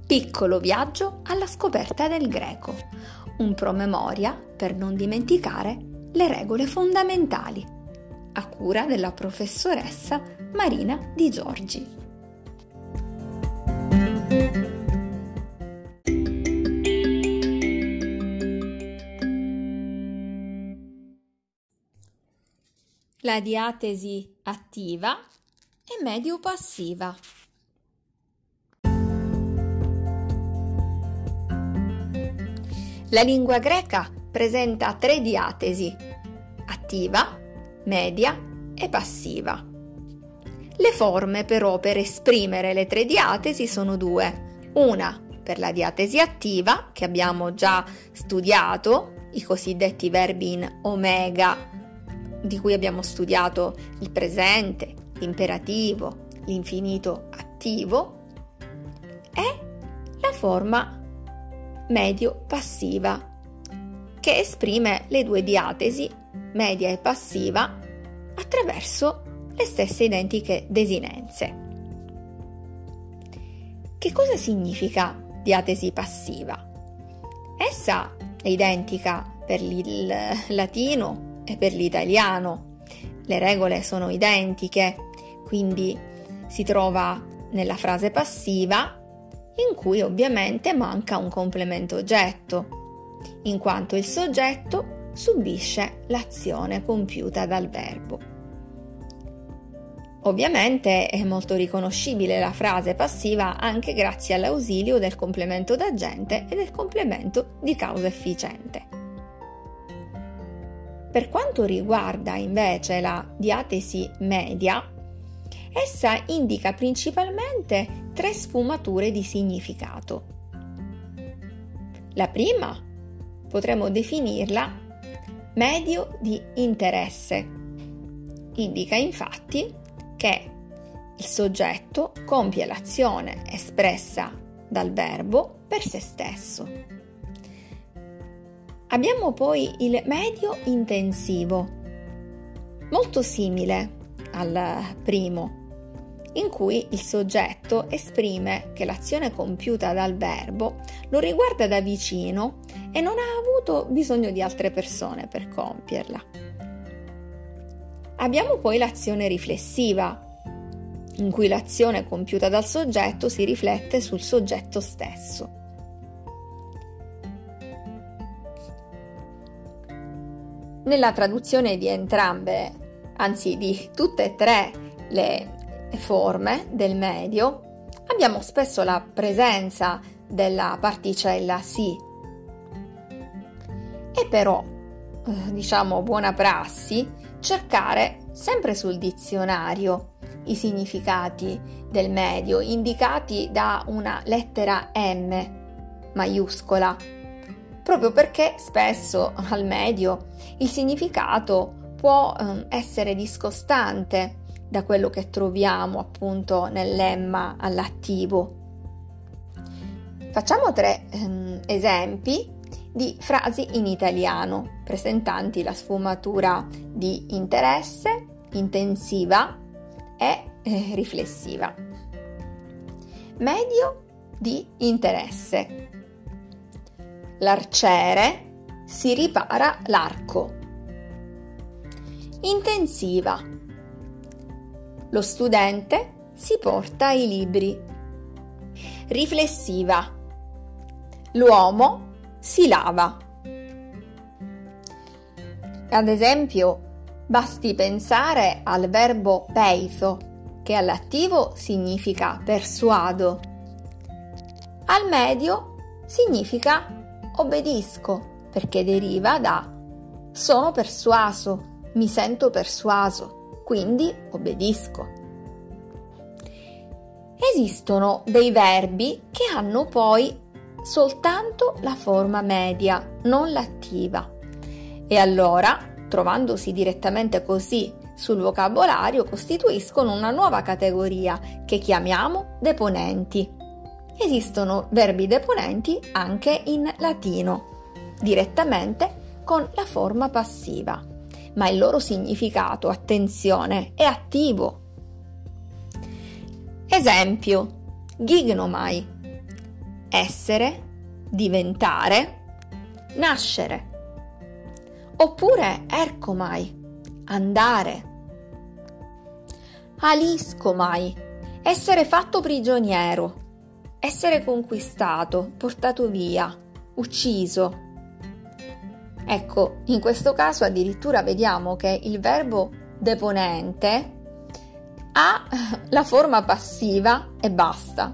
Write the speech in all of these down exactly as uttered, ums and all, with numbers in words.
Piccolo viaggio alla scoperta del greco, un promemoria per non dimenticare le regole fondamentali, a cura della professoressa Marina Di Giorgi. La diatesi attiva e medio-passiva. La lingua greca presenta tre diatesi: attiva, media e passiva. Le forme però per esprimere le tre diatesi sono due: una per la diatesi attiva, che abbiamo già studiato, i cosiddetti verbi in omega, di cui abbiamo studiato il presente, l'imperativo, l'infinito attivo, e la forma medio-passiva, che esprime le due diatesi, media e passiva, attraverso le stesse identiche desinenze. Che cosa significa diatesi passiva? Essa è identica per il latino e per l'italiano. Le regole sono identiche, quindi si trova nella frase passiva, in cui ovviamente manca un complemento oggetto, in quanto il soggetto subisce l'azione compiuta dal verbo. Ovviamente è molto riconoscibile la frase passiva anche grazie all'ausilio del complemento d'agente e del complemento di causa efficiente. Per quanto riguarda invece la diatesi media, essa indica principalmente tre sfumature di significato. La prima potremmo definirla medio di interesse. Indica infatti che il soggetto compie l'azione espressa dal verbo per se stesso. Abbiamo poi il medio intensivo, molto simile al primo, in cui il soggetto esprime che l'azione compiuta dal verbo lo riguarda da vicino e non ha avuto bisogno di altre persone per compierla. Abbiamo poi l'azione riflessiva, in cui l'azione compiuta dal soggetto si riflette sul soggetto stesso. Nella traduzione di entrambe, anzi di tutte e tre le forme del medio, abbiamo spesso la presenza della particella si. È però, eh, diciamo, buona prassi cercare sempre sul dizionario i significati del medio indicati da una lettera M maiuscola, proprio perché spesso al medio il significato può eh, essere discostante da quello che troviamo appunto nel lemma all'attivo. Facciamo tre ehm, esempi di frasi in italiano presentanti la sfumatura di interesse, intensiva e eh, riflessiva. Medio di interesse. L'arciere si ripara l'arco. Intensiva. Lo studente si porta i libri. Riflessiva. L'uomo si lava. Ad esempio, basti pensare al verbo peitho, che all'attivo significa persuado. Al medio significa obbedisco, perché deriva da sono persuaso, mi sento persuaso. Quindi obbedisco. Esistono dei verbi che hanno poi soltanto la forma media, non l'attiva. E allora, trovandosi direttamente così sul vocabolario, costituiscono una nuova categoria che chiamiamo deponenti. Esistono verbi deponenti anche in latino, direttamente con la forma passiva. Ma il loro significato, attenzione, è attivo. Esempio, gignomai, essere, diventare, nascere. Oppure erkomai, andare. Aliskomai, essere fatto prigioniero, essere conquistato, portato via, ucciso. Ecco, in questo caso addirittura vediamo che il verbo deponente ha la forma passiva e basta.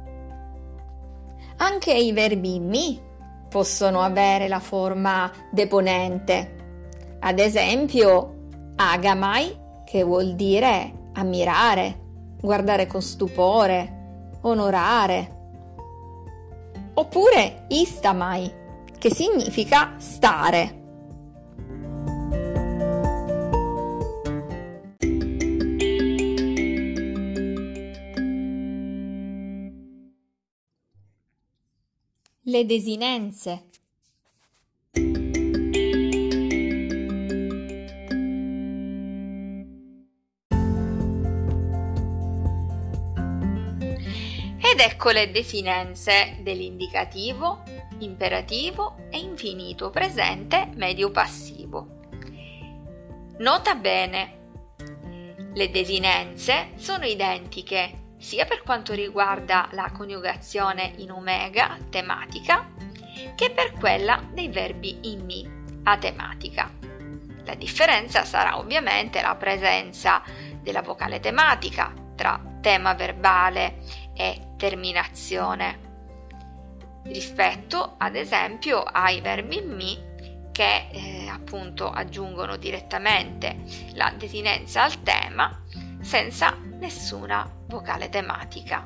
Anche i verbi mi possono avere la forma deponente. Ad esempio, agamai, che vuol dire ammirare, guardare con stupore, onorare. Oppure istamai, che significa stare. Le desinenze. Ed ecco le desinenze dell'indicativo, imperativo e infinito presente medio passivo. Nota bene, le desinenze sono identiche sia per quanto riguarda la coniugazione in omega tematica che per quella dei verbi in mi atematica. La differenza sarà ovviamente la presenza della vocale tematica tra tema verbale e terminazione rispetto ad esempio ai verbi in mi che eh, appunto aggiungono direttamente la desinenza al tema senza nessuna vocale tematica.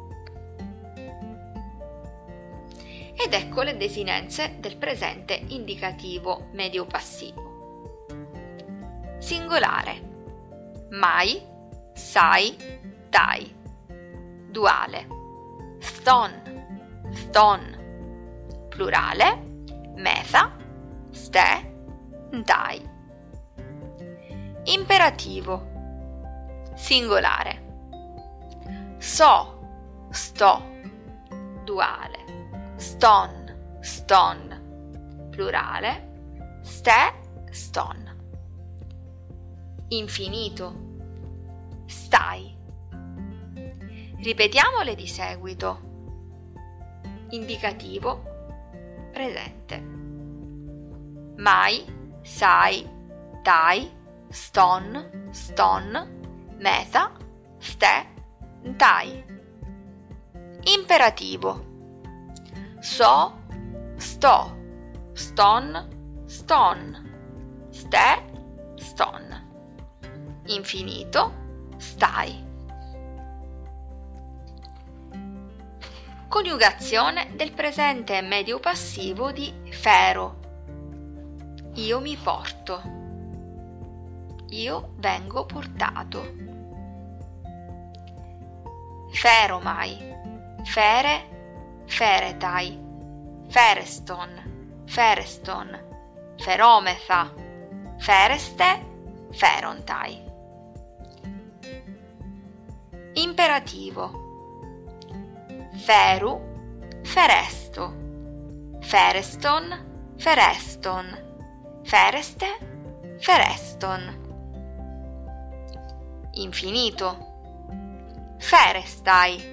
Ed ecco le desinenze del presente indicativo medio passivo. Singolare: mai, sai, tai. Duale: ston, ston. Plurale: mesa, ste, ntai. Imperativo: singolare: so, sto. Duale: ston, ston. Plurale: ste, ston. Infinito: stai. Ripetiamole di seguito. Indicativo presente: mai, sai, tai, ston, ston, mesa, ste, ntai. Imperativo: so, sto, ston, ston, ste, ston. Infinito: stai. Coniugazione del presente medio passivo di fero: io mi porto, io vengo portato. Feromai, fere, feretai, fereston, fereston, ferometha, fereste, ferontai. Imperativo: feru, feresto, fereston, fereston, fereste, fereston. Infinito: ferestai.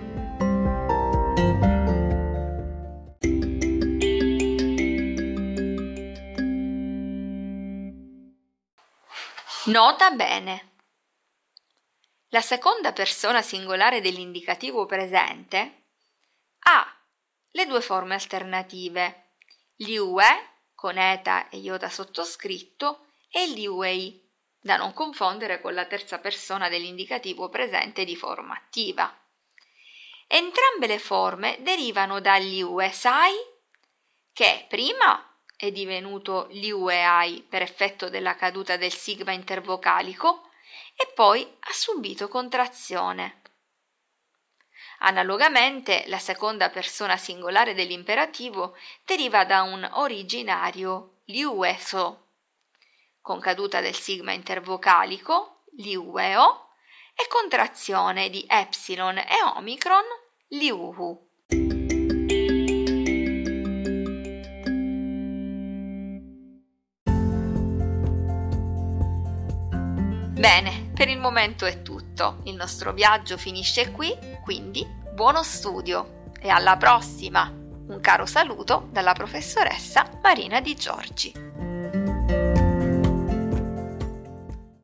Nota bene. La seconda persona singolare dell'indicativo presente ha le due forme alternative, l'iue con eta e iota sottoscritto e l'iuei, da non confondere con la terza persona dell'indicativo presente di forma attiva. Entrambe le forme derivano dall'iuesai, che prima è divenuto l'iueai per effetto della caduta del sigma intervocalico e poi ha subito contrazione. Analogamente, la seconda persona singolare dell'imperativo deriva da un originario liueso, con caduta del sigma intervocalico, liueo, e contrazione di epsilon e omicron, liuhu. Bene, per il momento è tutto. Il nostro viaggio finisce qui, quindi buono studio e alla prossima! Un caro saluto dalla professoressa Marina Di Giorgi.